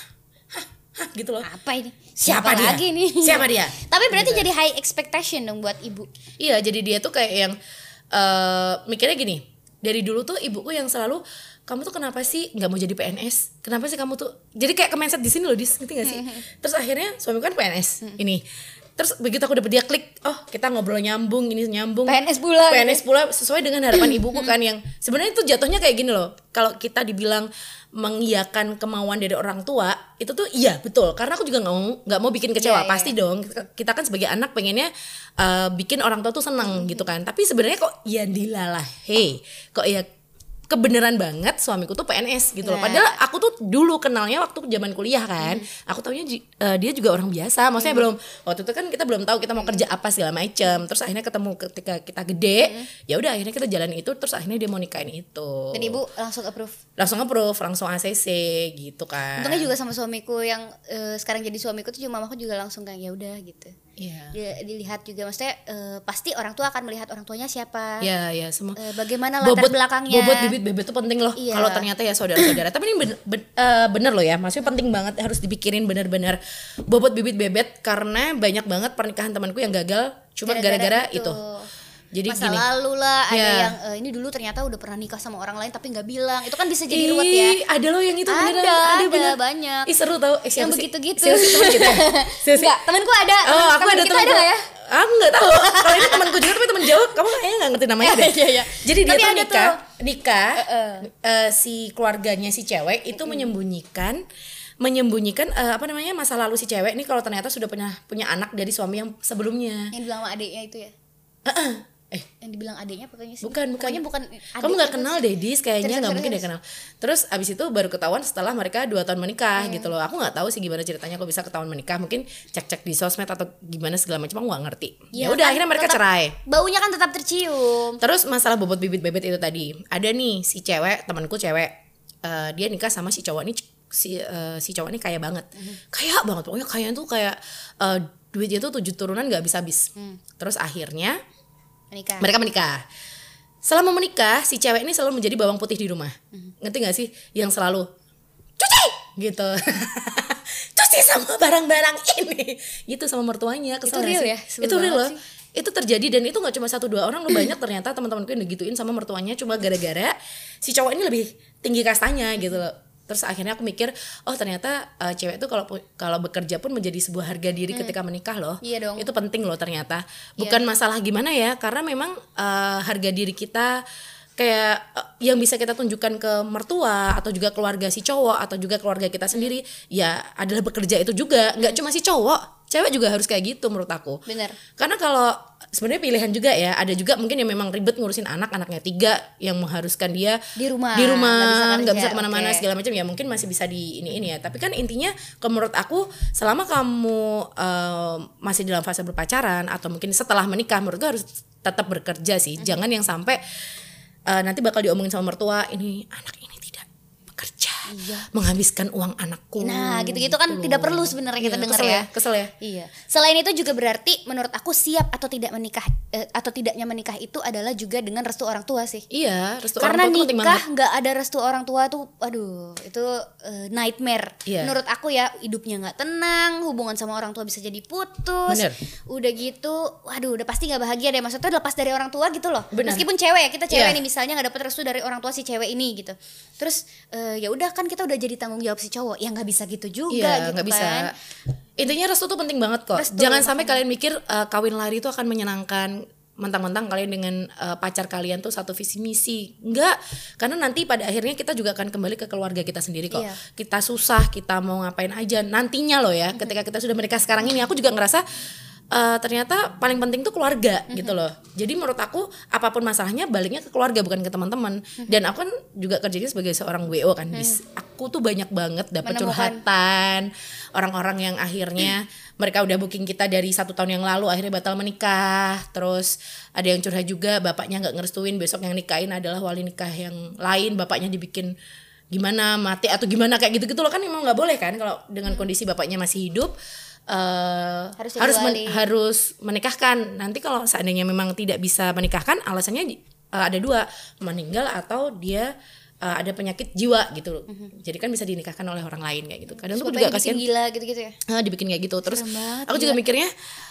gitu loh. Apa ini? Siapa dia? Lagi nih? Siapa dia? Tapi berarti jadi high expectation dong buat ibu. Iya, jadi dia tuh kayak yang mikirnya gini. Dari dulu tuh ibuku yang selalu, kamu tuh kenapa sih nggak mau jadi PNS? Kenapa sih kamu tuh? Jadi kayak ke-mindset di sini loh, ngerti nggak sih? Terus akhirnya suamiku kan PNS ini. Terus begitu aku dapet dia klik, oh kita ngobrol nyambung, PNS pula sesuai dengan harapan ibuku kan, yang sebenarnya itu jatuhnya kayak gini loh. Kalau kita dibilang mengiyakan kemauan dari orang tua, itu tuh iya betul, karena aku juga nggak mau bikin kecewa, pasti dong. Kita kan sebagai anak pengennya bikin orang tua tuh seneng gitu kan. Tapi sebenarnya kok ya dilalah, kok ya kebenaran banget suamiku tuh PNS gitu loh. Padahal aku tuh dulu kenalnya waktu zaman kuliah kan. Aku taunya dia juga orang biasa. Maksudnya belum, waktu itu kan kita belum tahu kita mau kerja apa segala macam. Terus akhirnya ketemu ketika kita gede, ya udah akhirnya kita jalan itu. Terus akhirnya dia mau nikahin itu. Dan ibu langsung approve, langsung ACC gitu kan. Untungnya juga sama suamiku yang sekarang jadi suamiku tuh juga mamaku juga langsung kayak ya udah gitu. Dia dilihat juga, maksudnya pasti orang tua akan melihat orang tuanya siapa. Iya, semua. Bagaimana latar belakangnya. Bobot bibit tuh penting loh. Kalau ternyata ya saudara-saudara. Tapi ini bener loh ya. Maksudnya penting banget, harus dipikirin benar-benar bobot bibit bebet, karena banyak banget pernikahan temanku yang gagal cuma gara-gara itu. Jadi masa gini, lalu lah, ada yang ini dulu ternyata udah pernah nikah sama orang lain tapi nggak bilang. Itu kan bisa jadi ruwet ya. Ada loh yang itu ada banyak. Seru tau. Yang begitu-gitu. Enggak, temanku ada. Oh, aku ada teman kita ya? Aku nggak tahu. Kalau ini temanku juga tapi teman jauh. Kamu kayaknya nggak ngerti namanya deh. Iya. Jadi dia tuh nikah. Si keluarganya si cewek itu menyembunyikan masa lalu si cewek ini kalau ternyata sudah punya anak dari suami yang sebelumnya. Yang bilang sama adiknya itu ya? Yang dibilang adiknya pokoknya sih. Bukan. Pokoknya bukan. Kamu nggak kenal deh, Dis, kayaknya nggak mungkin dia kenal. Terus abis itu baru ketahuan setelah mereka 2 tahun menikah gitu loh. Aku nggak tahu sih gimana ceritanya kok bisa ketahuan menikah. Mungkin cek di sosmed atau gimana segala macam, aku nggak ngerti. Ya udah kan, akhirnya mereka cerai. Baunya kan tetap tercium. Terus masalah bobot bibit bebet itu tadi. Ada nih si cewek, temanku cewek. Dia nikah sama si cowok ini. Si cowok ini kaya banget. Kaya banget. Pokoknya kaya tuh kayak duitnya tuh 7 turunan nggak habis-habis. Terus akhirnya mereka menikah. Selama menikah, si cewek ini selalu menjadi bawang putih di rumah. Ngerti gak sih? Yang selalu cuci gitu. Cuci sama barang-barang ini. Gitu sama mertuanya. Kesel itu real ya? Itu real loh. Itu terjadi, dan itu gak cuma 1-2 orang loh, banyak ternyata teman-temanku yang digituin sama mertuanya cuma gara-gara si cowok ini lebih tinggi kastanya gitu loh. Terus akhirnya aku mikir, oh ternyata cewek itu kalau bekerja pun menjadi sebuah harga diri ketika menikah loh. Iya dong. Itu penting loh ternyata. Bukan masalah gimana ya, karena memang harga diri kita kayak yang bisa kita tunjukkan ke mertua atau juga keluarga si cowok atau juga keluarga kita sendiri ya adalah bekerja itu juga. Nggak cuma si cowok, cewek juga harus kayak gitu menurut aku. Bener. Karena kalau sebenarnya pilihan juga ya, ada juga mungkin yang memang ribet ngurusin anaknya 3 yang mengharuskan dia di rumah nggak bisa kemana-mana segala macam, ya mungkin masih bisa di ini ya. Tapi kan intinya menurut aku selama kamu masih dalam fase berpacaran atau mungkin setelah menikah, menurutku harus tetap bekerja sih. Jangan yang sampai nanti bakal diomongin sama mertua, ini anak ini tidak bekerja, menghabiskan uang anakku. Nah gitu-gitu kan tidak perlu sebenarnya kita dengar ya. Kesel ya. Iya. Selain itu juga berarti menurut aku siap atau tidak menikah atau tidaknya menikah itu adalah juga dengan restu orang tua sih. Iya, restu karena orang tua. Karena nikah nggak ada restu orang tua tuh, aduh itu nightmare. Menurut aku ya, hidupnya nggak tenang, hubungan sama orang tua bisa jadi putus. Bener. Udah gitu, waduh udah pasti nggak bahagia deh, maksudnya lepas dari orang tua gitu loh. Bener. Meskipun cewek ya, kita cewek nih misalnya nggak dapet restu dari orang tua si cewek ini gitu. Terus ya udah kan kita udah jadi tanggung jawab si cowok, ya nggak bisa gitu juga gitu gak kan. Bisa. Intinya restu tuh penting banget kok. Jangan sampai kalian mikir kawin lari itu akan menyenangkan, mentang-mentang kalian dengan pacar kalian tuh satu visi misi. Enggak, karena nanti pada akhirnya kita juga akan kembali ke keluarga kita sendiri kok. Kita susah, kita mau ngapain aja nantinya loh ya. Ketika kita sudah menikah sekarang ini, aku juga ngerasa ternyata paling penting tuh keluarga gitu loh. Jadi menurut aku apapun masalahnya baliknya ke keluarga, bukan ke teman-teman. Dan aku kan juga kerjanya sebagai seorang WO kan. Aku tuh banyak banget dapat curhatan orang-orang yang akhirnya mereka udah booking kita dari 1 tahun yang lalu, akhirnya batal menikah. Terus ada yang curhat juga bapaknya nggak ngerestuin, besok yang nikahin adalah wali nikah yang lain, bapaknya dibikin gimana, mati atau gimana kayak gitu-gitu loh. Kan emang nggak boleh kan kalau dengan kondisi bapaknya masih hidup. Harus menikahkan. Nanti kalau seandainya memang tidak bisa menikahkan, alasannya ada 2, meninggal atau dia ada penyakit jiwa gitu. Jadi kan bisa dinikahkan oleh orang lain kayak gitu. Kadang tuh juga kasihan gila gitu-gitu ya. Dibikin kayak gitu. Terus aku juga mikirnya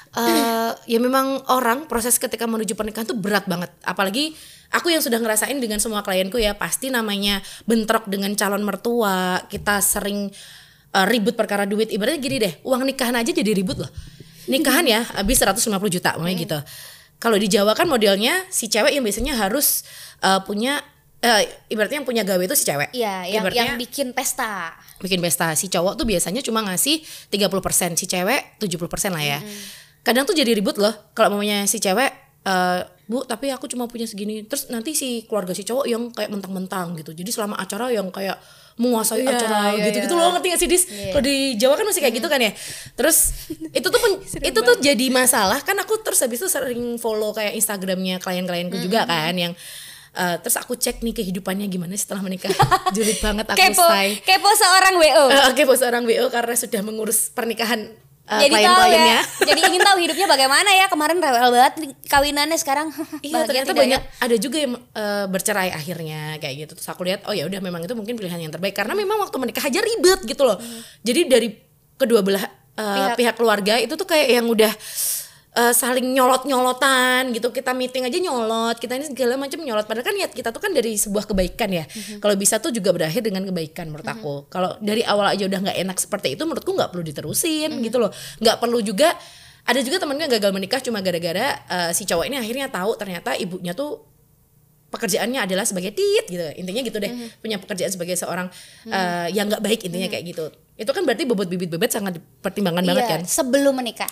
ya memang orang proses ketika menuju pernikahan tuh berat banget. Apalagi aku yang sudah ngerasain dengan semua klienku ya, pasti namanya bentrok dengan calon mertua, kita sering ribut perkara duit. Ibaratnya gini deh, uang nikahan aja jadi ribut loh. Nikahan ya habis 150 juta makanya gitu. Kalau di Jawa kan modelnya si cewek yang biasanya harus punya ibaratnya yang punya gawe itu si cewek. Iya, yang bikin pesta. Bikin pesta. Si cowok tuh biasanya cuma ngasih 30%, si cewek 70% lah ya. Kadang tuh jadi ribut loh kalau mamanya si cewek, Bu tapi aku cuma punya segini. Terus nanti si keluarga si cowok yang kayak mentang-mentang gitu. Jadi selama acara yang kayak menguasai acara gitu-gitu loh, ngerti gak sih Dis? Kalau di Jawa kan masih kayak gitu kan ya. Terus itu tuh jadi masalah kan. Aku terus habis itu sering follow kayak Instagramnya klien-klienku juga kan, yang terus aku cek nih kehidupannya gimana setelah menikah. Julid banget aku kepo seorang WO. Kepo seorang WO karena sudah mengurus pernikahan jadi tahu ya. Jadi ingin tahu hidupnya bagaimana ya. Kemarin rewel banget kawinannya, sekarang iya ternyata banyak ada juga yang bercerai akhirnya kayak gitu. Terus aku lihat oh ya udah memang itu mungkin pilihan yang terbaik karena memang waktu menikah aja ribet gitu loh. Jadi dari kedua belah pihak keluarga itu tuh kayak yang udah saling nyolot-nyolotan gitu. Kita meeting aja nyolot, kita ini segala macam nyolot. Padahal kan niat kita tuh kan dari sebuah kebaikan ya. Kalau bisa tuh juga berakhir dengan kebaikan menurut aku. Kalau dari awal aja udah nggak enak seperti itu, menurutku nggak perlu diterusin gitu loh. Nggak perlu juga. Ada juga temennya gagal menikah cuma gara-gara si cowok ini akhirnya tahu ternyata ibunya tuh pekerjaannya adalah sebagai tit gitu. Intinya gitu deh, punya pekerjaan sebagai seorang yang nggak baik intinya kayak gitu. Itu kan berarti bobot bibit-bebet sangat dipertimbangkan banget kan. Sebelum menikah.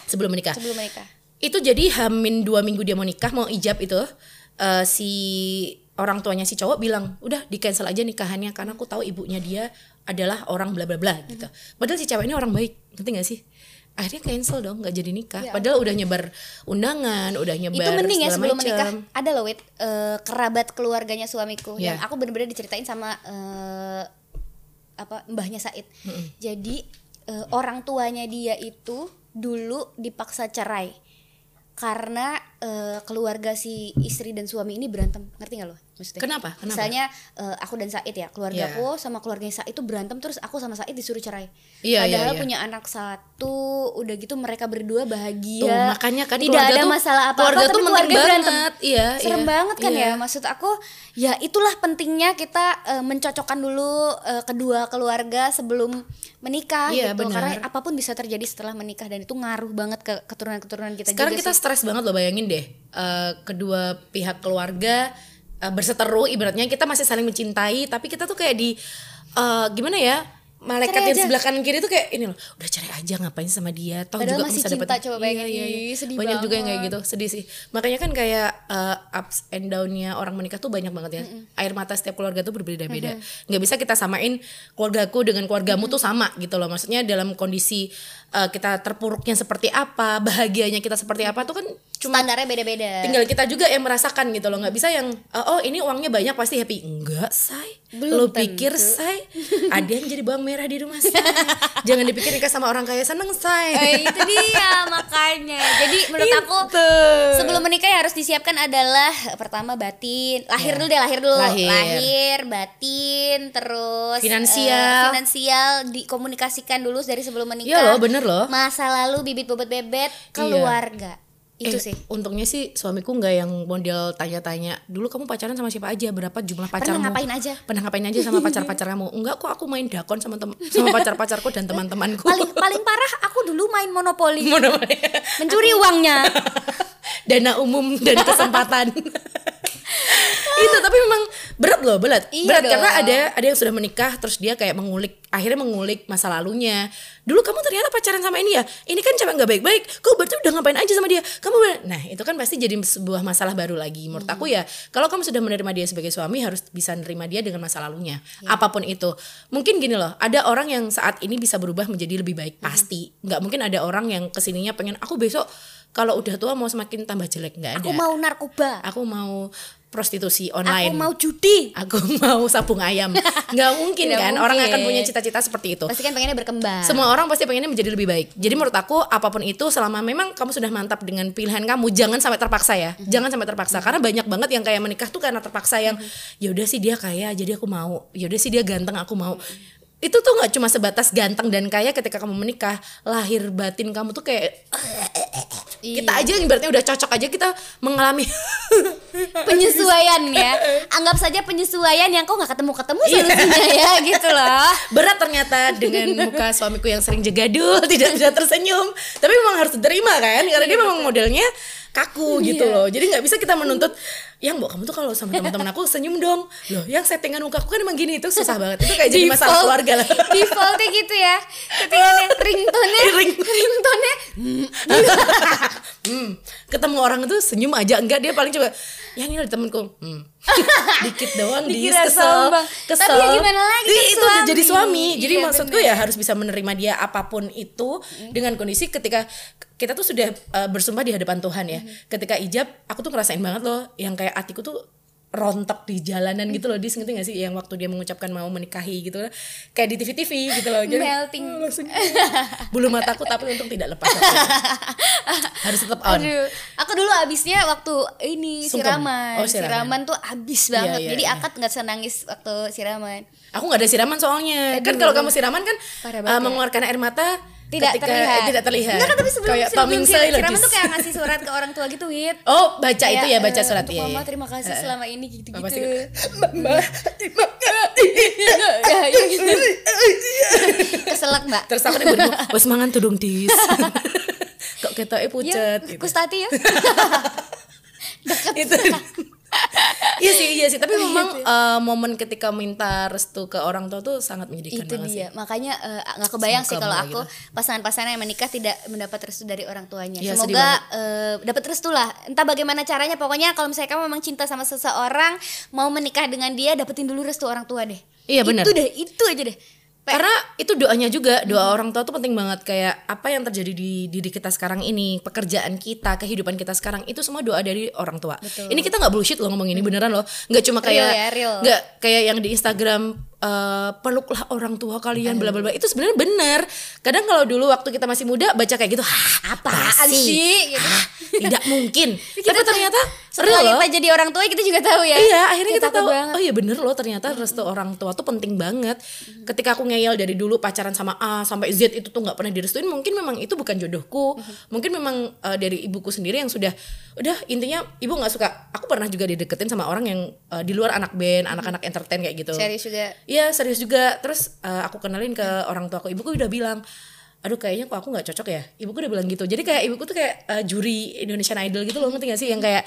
Itu jadi Hamin 2 minggu dia mau nikah, mau ijab itu, si orang tuanya si cowok bilang udah di cancel aja nikahannya karena aku tahu ibunya dia adalah orang bla bla bla gitu. Padahal si cewek ini orang baik, ngerti gak sih? Akhirnya cancel dong, nggak jadi nikah. Padahal udah nyebar undangan, udah nyebar itu mending ya sebelum macam. menikah. Ada loh kerabat keluarganya suamiku yang aku bener-bener diceritain sama mbahnya Said. Jadi orang tuanya dia itu dulu dipaksa cerai karena keluarga si istri dan suami ini berantem, ngerti nggak lo maksudnya? Kenapa? Misalnya aku dan Said ya, keluargaku sama keluarganya Said itu berantem, terus aku sama Said disuruh cerai. Padahal punya anak 1, udah gitu mereka berdua bahagia. Tuh, makanya kan tidak ada masalah apa-apa, tapi keluarga berantem. Serem banget kan ya. Maksud aku ya itulah pentingnya kita mencocokkan dulu kedua keluarga sebelum menikah gitu. Karena apapun bisa terjadi setelah menikah dan itu ngaruh banget ke keturunan-keturunan kita. Sekarang juga kita stres banget loh, bayangin deh kedua pihak keluarga berseteru, ibaratnya kita masih saling mencintai tapi kita tuh kayak di gimana ya, malaikat yang sebelah kanan kiri tuh kayak ini loh, udah cerai aja ngapain sama dia, toh padahal juga masih bisa cinta, dapat. coba bayangin. Sedih banyak banget. juga yang kayak gitu, sedih sih. Makanya kan kayak ups and down-nya orang menikah tuh banyak banget ya. Air mata setiap keluarga tuh berbeda-beda. Nggak bisa kita samain keluargaku dengan keluargamu tuh sama gitu loh. Maksudnya dalam kondisi kita terpuruknya seperti apa, bahagianya kita seperti apa tuh kan cuma standarnya beda-beda. Tinggal kita juga yang merasakan gitu loh. Nggak bisa yang oh ini uangnya banyak pasti happy. Enggak, say. Lo pikir, say, ada yang jadi bawang merah di rumah, say. Jangan dipikir nikah sama orang kaya seneng, say. Itu dia makanya. Jadi menurut aku sebelum menikah yang harus disiapkan adalah pertama batin. Lahir dulu. Lahir, batin, terus finansial dikomunikasikan dulu dari sebelum menikah. Iya loh, bener loh. Masa lalu, bibit bobot bebet, keluarga. Itu sih. Untungnya sih suamiku nggak yang model tanya-tanya dulu kamu pacaran sama siapa aja, berapa jumlah pacarmu, pernah ngapain aja sama pacar-pacar kamu. Enggak kok, aku main dakon sama pacar-pacarku dan teman-temanku. paling parah aku dulu main monopoli. Mencuri uangnya. Dana umum dan kesempatan. Itu tapi memang berat loh, berat karena ada yang sudah menikah terus dia kayak akhirnya mengulik masa lalunya. Dulu kamu ternyata pacaran sama ini ya, ini kan cewek nggak baik-baik, kau berarti udah ngapain aja sama dia, nah itu kan pasti jadi sebuah masalah baru lagi. Menurut aku ya, kalau kamu sudah menerima dia sebagai suami, harus bisa menerima dia dengan masa lalunya, apapun itu. Mungkin gini loh, ada orang yang saat ini bisa berubah menjadi lebih baik, pasti nggak mungkin ada orang yang kesininya pengen aku besok kalau udah tua mau semakin tambah jelek, nggak ada. Aku mau narkoba, aku mau prostitusi online, aku mau judi, aku mau sabung ayam. Nggak mungkin kan orang akan punya cita-cita seperti itu. Pasti kan pengennya berkembang. Semua orang pasti pengennya menjadi lebih baik. Jadi menurut aku apapun itu, selama memang kamu sudah mantap dengan pilihan kamu, jangan sampai terpaksa ya. Jangan sampai terpaksa, karena banyak banget yang kayak menikah tuh karena terpaksa, yang ya udah sih dia kaya jadi aku mau, ya udah sih dia ganteng aku mau. Itu tuh nggak cuma sebatas ganteng dan kaya. Ketika kamu menikah, lahir batin kamu tuh kayak kita aja yang berarti udah cocok aja, kita mengalami penyesuaian ya. Anggap saja penyesuaian yang kok nggak ketemu solusinya ya gitu loh. Berat ternyata dengan muka suamiku yang sering jegadul, tidak bisa tersenyum. Tapi memang harus diterima kan, karena dia memang modelnya kaku gitu loh. Jadi nggak bisa kita menuntut, yang Mbok kamu tuh kalau sama teman-teman aku senyum dong. Loh, yang settingan muka aku kan emang gini, itu susah banget. Itu kayak jadi masalah keluarga lah. Defaultnya gitu ya. Settingannya ringtone-nya ketemu orang itu senyum aja enggak, dia paling coba yang ini ada temenku dikit doang dia kesel. Tapi ya gimana lagi, itu suami. Jadi suami. Jadi maksudku ya harus bisa menerima dia apapun itu dengan kondisi ketika kita tuh sudah bersumpah di hadapan Tuhan ya. Ketika ijab, aku tuh ngerasain banget loh yang kayak hatiku tuh rontok di jalanan gitu loh. Dia ngerti gak sih yang waktu dia mengucapkan mau menikahi gitu, kayak di TV-TV gitu loh. Jadi melting bulu mataku tapi untung tidak lepas. Harus tetap on. Aduh, aku dulu abisnya waktu ini siraman. Siraman tuh abis banget. Jadi akad nggak senangis waktu siraman. Aku nggak ada siraman soalnya. Kan kalau kamu siraman kan mengeluarkan air mata tidak terlihat. Enggak, tapi sebelum siraman tuh kayak ngasih surat ke orang tua gitu, Wit. Oh, baca itu ya, baca surat ya. Mama terima kasih selama ini gitu-gitu. Mama terima kasih. Keselak, Mbak. Terus aku nih wes mangan tudung tis. Kok ketoke pucet gitu. Kustati ya. Itu. Iya sih, tapi memang momen ketika minta restu ke orang tua tuh sangat menyedihkan itu banget dia. sih. Makanya nggak kebayang sih kalau aku pasangan-pasangan yang menikah tidak mendapat restu dari orang tuanya. Ya, semoga dapat restu lah. Entah bagaimana caranya, pokoknya kalau misalnya kamu memang cinta sama seseorang, mau menikah dengan dia, dapetin dulu restu orang tua deh. Iya benar. Itu aja deh. Karena itu doanya juga, doa orang tua tuh penting banget. Kayak apa yang terjadi di diri kita sekarang ini, pekerjaan kita, kehidupan kita sekarang, itu semua doa dari orang tua. Betul. Ini kita nggak bullshit loh ngomong ini, beneran loh. Nggak cuma kayak nggak kayak yang di Instagram peluklah orang tua kalian bla bla bla. Itu sebenarnya benar. Kadang kalau dulu waktu kita masih muda baca kayak gitu, apaan sih gitu. Tidak mungkin. Tapi ternyata setelah kita jadi orang tua kita juga tahu ya. Iya, akhirnya kita tahu. Oh iya bener loh, ternyata restu orang tua tuh penting banget. Ketika aku ngeyel dari dulu pacaran sama A sampai Z itu tuh nggak pernah direstuin, mungkin memang itu bukan jodohku. Mungkin memang dari ibuku sendiri yang udah intinya ibu nggak suka. Aku pernah juga dideketin sama orang yang di luar anak band, anak-anak entertain kayak gitu. Serius juga. Iya serius juga. Terus aku kenalin ke orang tua aku, ibuku udah bilang, aduh kayaknya kok aku nggak cocok ya. Ibuku udah bilang gitu. Jadi kayak ibuku tuh kayak juri Indonesian Idol gitu loh, ngerti gak sih? Yang kayak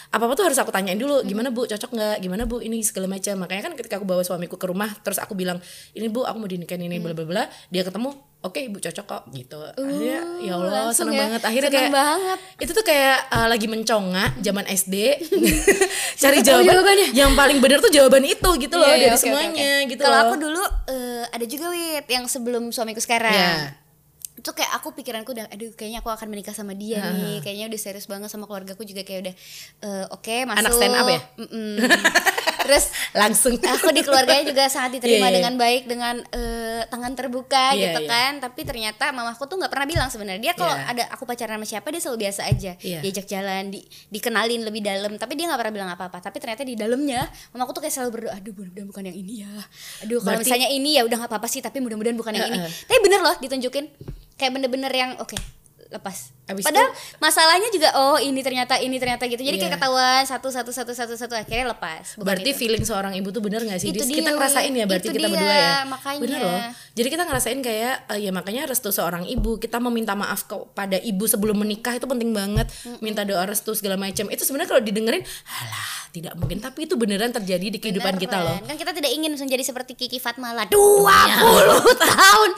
apa tuh harus aku tanyain dulu, gimana Bu, cocok nggak, gimana Bu ini segala macam. Makanya kan ketika aku bawa suamiku ke rumah terus aku bilang ini Bu aku mau dinikahin ini bla bla bla, dia ketemu oke Ibu cocok kok gitu. Akhirnya ya Allah seneng banget. Akhirnya kayak banget. Itu tuh kayak lagi mencongak zaman SD cari jawaban yang paling benar tuh jawaban itu gitu loh dari semuanya gitu. Kalau aku dulu ada juga Wit yang sebelum suamiku sekarang. Itu kayak aku pikiranku udah aduh kayaknya aku akan menikah sama dia nih, kayaknya udah serius banget sama keluargaku juga kayak udah oke, masuk anak stand up ya. Terus langsung aku di keluarganya juga sangat diterima dengan baik, dengan tangan terbuka gitu kan. Tapi ternyata mamaku tuh nggak pernah bilang sebenarnya dia kalau ada aku pacaran sama siapa dia selalu biasa aja, diajak jalan, dikenalin lebih dalam, tapi dia nggak pernah bilang apa-apa. Tapi ternyata di dalamnya mamaku tuh kayak selalu berdoa, aduh mudah-mudahan bukan yang ini ya, aduh kalau misalnya ini ya udah nggak apa-apa sih, tapi mudah-mudahan bukan yang ini. Tapi bener loh ditunjukin kayak bener-bener yang oke, lepas. Abis padahal itu, masalahnya juga ini ternyata gitu. Jadi kayak ketahuan satu akhirnya lepas. Berarti feeling seorang ibu tuh bener nggak sih? Kita ngerasain ya berarti kita berdua ya. Makanya. Bener loh. Jadi kita ngerasain kayak ya makanya restu seorang ibu, kita meminta maaf kepada ibu sebelum menikah itu penting banget. Minta doa restu segala macam. Itu sebenarnya kalau didengerin, alah tidak mungkin, tapi itu beneran terjadi di kehidupan kita loh. Kan kita tidak ingin menjadi seperti Kiki Fatmala 20 tahun.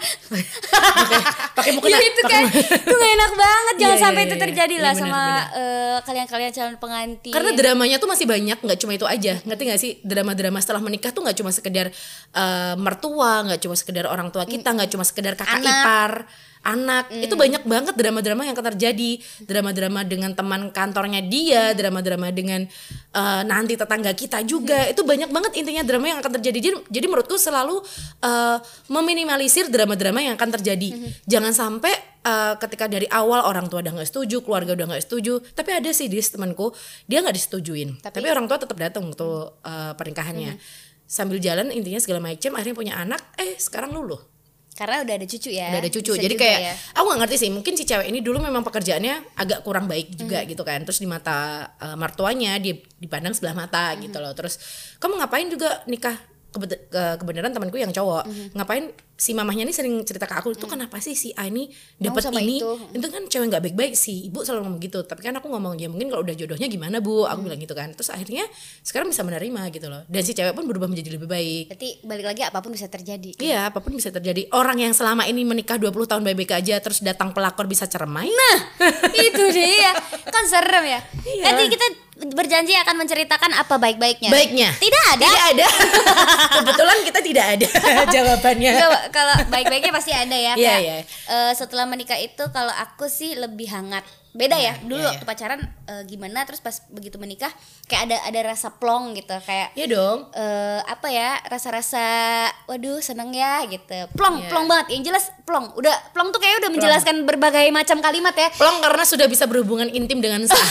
Pakai mukena. Itu kan itu gak enak banget. Jangan sampai itu terjadi lah sama kalian-kalian calon pengantin. Karena dramanya tuh masih banyak, nggak cuma itu aja. Ngerti nggak sih? Drama-drama setelah menikah tuh nggak cuma sekedar mertua, nggak cuma sekedar orang tua kita, nggak cuma sekedar kakak ipar, anak. Itu banyak banget drama-drama yang akan terjadi. Drama-drama dengan teman kantornya dia, drama-drama dengan nanti tetangga kita juga. Itu banyak banget intinya drama yang akan terjadi. Jadi menurutku selalu meminimalisir drama-drama yang akan terjadi. Jangan sampai ketika dari awal orang tua udah nggak setuju, keluarga udah nggak setuju, tapi ada sih temanku dia nggak disetujuin, tapi orang tua tetap datang untuk pernikahannya. Sambil jalan intinya segala macam, akhirnya punya anak, sekarang luluh. Karena udah ada cucu ya. Udah ada cucu. Jadi kayak aku gak ngerti sih, mungkin si cewek ini dulu memang pekerjaannya agak kurang baik juga gitu kan. Terus di mata mertuanya dia dipandang sebelah mata gitu loh. Terus kamu ngapain juga nikah? Kebenaran temanku yang cowok ngapain si mamahnya ini sering cerita ke aku, itu kenapa sih si A ini dapat ini itu kan cewek nggak baik-baik sih, ibu selalu ngomong gitu. Tapi kan aku ngomong ya mungkin kalau udah jodohnya gimana Bu, aku bilang gitu kan. Terus akhirnya sekarang bisa menerima gitu loh, dan si cewek pun berubah menjadi lebih baik. Berarti balik lagi apapun bisa terjadi kan? Iya, apapun bisa terjadi. Orang yang selama ini menikah 20 tahun baik-baik aja terus datang pelakor bisa ceremai, nah itu dia kan serem ya. Nanti kita berjanji akan menceritakan apa baiknya. Tidak ada. Kebetulan kita tidak ada jawabannya. Kalau baik-baiknya pasti ada ya. Setelah menikah itu kalau aku sih lebih hangat. Beda ya. Dulu waktu pacaran gimana, terus pas begitu menikah kayak ada rasa plong gitu, kayak iya dong. apa ya, rasa-rasa waduh seneng ya gitu. Plong banget. Yang jelas plong. Udah plong tuh kayak udah menjelaskan berbagai macam kalimat ya. Plong karena sudah bisa berhubungan intim dengan sah.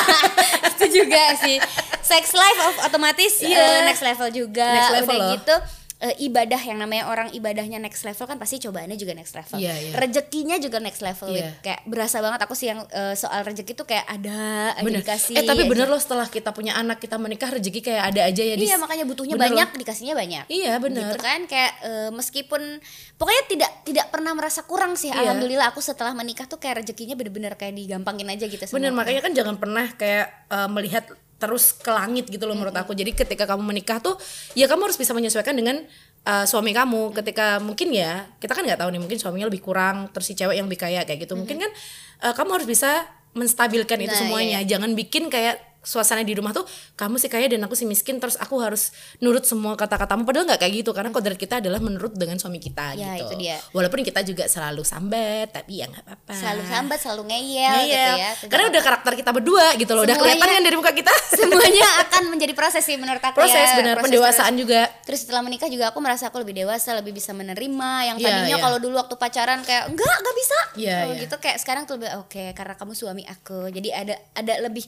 Itu juga sih. Sex life otomatis next level juga. Next level udah loh. gitu ibadah, yang namanya orang ibadahnya next level kan pasti cobaannya juga next level. Rezekinya juga next level. Kayak berasa banget aku sih yang soal rezeki tuh kayak ada aja dikasih. Tapi bener loh, setelah kita punya anak, kita menikah, rezeki kayak ada aja ya. Iya, makanya butuhnya banyak loh, dikasihnya banyak. Iya bener. Gitu kan kayak meskipun pokoknya tidak pernah merasa kurang sih. Alhamdulillah aku setelah menikah tuh kayak rezekinya bener-bener kayak digampangin aja gitu. Bener, makanya kan jangan pernah kayak melihat terus ke langit gitu loh menurut aku. Jadi ketika kamu menikah tuh ya kamu harus bisa menyesuaikan dengan suami kamu. Ketika mungkin ya kita kan nggak tahu nih, mungkin suaminya lebih kurang, terus si cewek yang lebih kaya kayak gitu. Mungkin kan kamu harus bisa menstabilkan itu semuanya. Jangan bikin kayak suasana di rumah tuh kamu sih kaya dan aku sih miskin, terus aku harus nurut semua kata-katamu, padahal nggak kayak gitu. Karena kodrat kita adalah menurut dengan suami kita gitu. Itu dia. Walaupun kita juga selalu sambat, tapi ya nggak apa-apa. Selalu sambat, selalu ngeyel gitu ya. Karena udah karakter kita berdua gitu loh. Udah kelihatan kan dari muka kita. Semuanya akan menjadi proses sih menurut aku. Benar, pendewasaan juga. Terus setelah menikah juga aku merasa aku lebih dewasa, lebih bisa menerima. Yang tadinya kalau dulu waktu pacaran kayak enggak bisa. Gitu kayak sekarang tuh lebih oke, karena kamu suami aku. Jadi ada lebih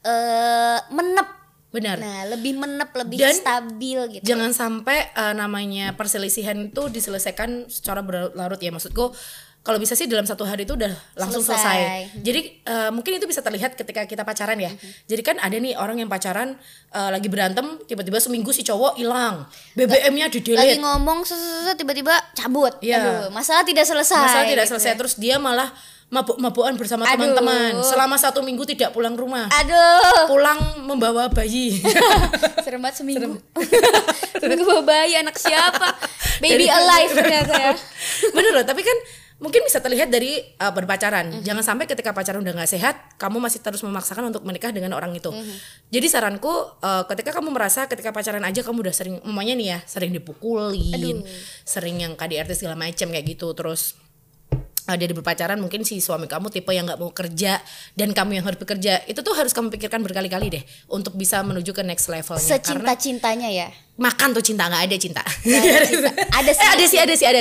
menep. Benar. Nah, lebih menep, lebih dan stabil gitu. Jangan sampai namanya perselisihan itu diselesaikan secara berlarut ya. Maksudku kalau bisa sih dalam satu hari itu udah langsung selesai. Jadi mungkin itu bisa terlihat ketika kita pacaran ya. Jadi kan ada nih orang yang pacaran lagi berantem, tiba-tiba seminggu si cowok hilang, BBM-nya di-delete. Lagi ngomong tiba-tiba cabut. Aduh, masalah tidak selesai. Terus dia malah mabuk-mabukan bersama teman-teman selama 1 minggu tidak pulang rumah. Pulang membawa bayi. Serem banget seminggu. Seminggu bawa bayi, anak siapa? Baby alive ternyata ya. Bener loh, tapi kan mungkin bisa terlihat dari berpacaran. Jangan sampai ketika pacaran udah gak sehat, kamu masih terus memaksakan untuk menikah dengan orang itu. Jadi saranku, ketika kamu merasa ketika pacaran aja kamu udah sering, umumnya nih ya, sering dipukulin, sering yang KDRT segala macam kayak gitu, terus dari berpacaran mungkin si suami kamu tipe yang nggak mau kerja dan kamu yang harus bekerja, itu tuh harus kamu pikirkan berkali-kali deh untuk bisa menuju ke next levelnya. Secinta-cintanya ya. Makan tuh cinta, nggak ada cinta. Ada sih. Ada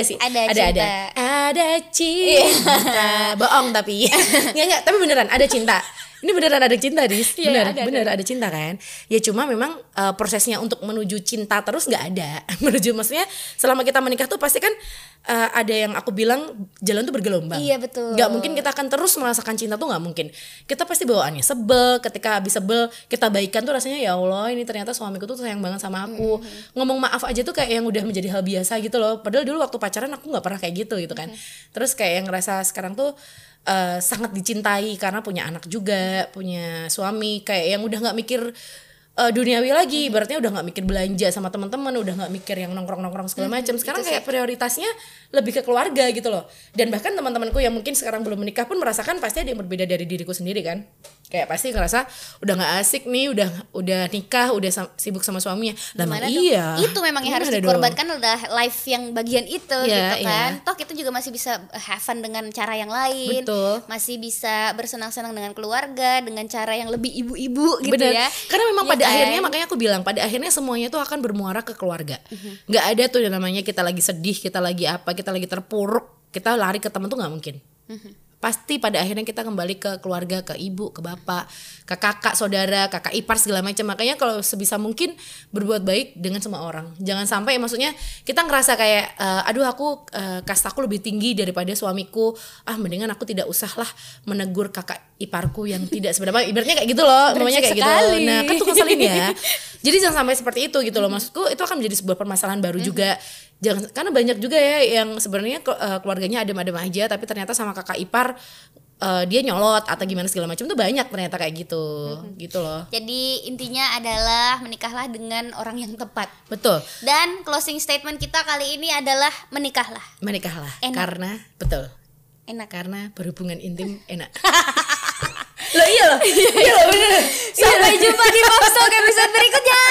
cinta. Bohong tapi. Nggak, tapi beneran ada cinta. Ini beneran ada cinta, Dis. Bener ada cinta kan. Ya cuma memang prosesnya untuk menuju cinta terus nggak ada. Menuju maksudnya selama kita menikah tuh pasti kan ada yang aku bilang jalan tuh bergelombang. Iya betul. Nggak mungkin kita akan terus merasakan cinta tuh, nggak mungkin. Kita pasti bawaannya sebel. Ketika habis sebel kita baikan tuh rasanya ya Allah ini ternyata suamiku tuh sayang banget sama aku. Ngomong maaf aja tuh kayak yang udah menjadi hal biasa gitu loh. Padahal dulu waktu pacaran aku nggak pernah kayak gitu kan. Terus kayak yang ngerasa sekarang tuh sangat dicintai karena punya anak juga, punya suami, kayak yang udah nggak mikir duniawi lagi, ibaratnya udah nggak mikir belanja sama teman-teman, udah nggak mikir yang nongkrong segala macam. Sekarang kayak prioritasnya lebih ke keluarga gitu loh. Dan bahkan teman-temanku yang mungkin sekarang belum menikah pun merasakan pasti ada yang berbeda dari diriku sendiri kan. Kayak pasti ngerasa udah nggak asik nih, udah nikah, udah sibuk sama suaminya. Lama iya. Itu memang yang harus dikorbankan adalah life yang bagian itu gitu kan. Toh kita juga masih bisa have fun dengan cara yang lain. Betul. Masih bisa bersenang-senang dengan keluarga dengan cara yang lebih ibu-ibu gitu. Bener. Ya. Karena memang pada akhirnya, makanya aku bilang pada akhirnya semuanya tuh akan bermuara ke keluarga. Nggak ada tuh yang namanya kita lagi sedih, kita lagi apa, kita lagi terpuruk, kita lari ke teman tuh nggak mungkin. Pasti pada akhirnya kita kembali ke keluarga, ke ibu, ke bapak, ke kakak, saudara, kakak ipar segala macam. Makanya kalau sebisa mungkin berbuat baik dengan semua orang. Jangan sampai maksudnya kita ngerasa kayak aduh aku kastaku lebih tinggi daripada suamiku. Mendingan aku tidak usah lah menegur kakak iparku yang tidak sebenarnya, ibaratnya kayak gitu loh, namanya kayak gitu. Nah, kan tuh ngeselin ya. Jadi jangan sampai seperti itu gitu loh. Maksudku itu akan menjadi sebuah permasalahan baru juga. Jangan, karena banyak juga ya yang sebenarnya keluarganya adem-adem aja tapi ternyata sama kakak ipar dia nyolot atau gimana segala macam tuh banyak ternyata kayak gitu. Gitu loh. Jadi intinya adalah menikahlah dengan orang yang tepat. Betul. Dan closing statement kita kali ini adalah menikahlah. Enak. Karena betul. Enak karena berhubungan intim enak. Iya loh bener. Sampai jumpa di Pop Talk episode berikutnya.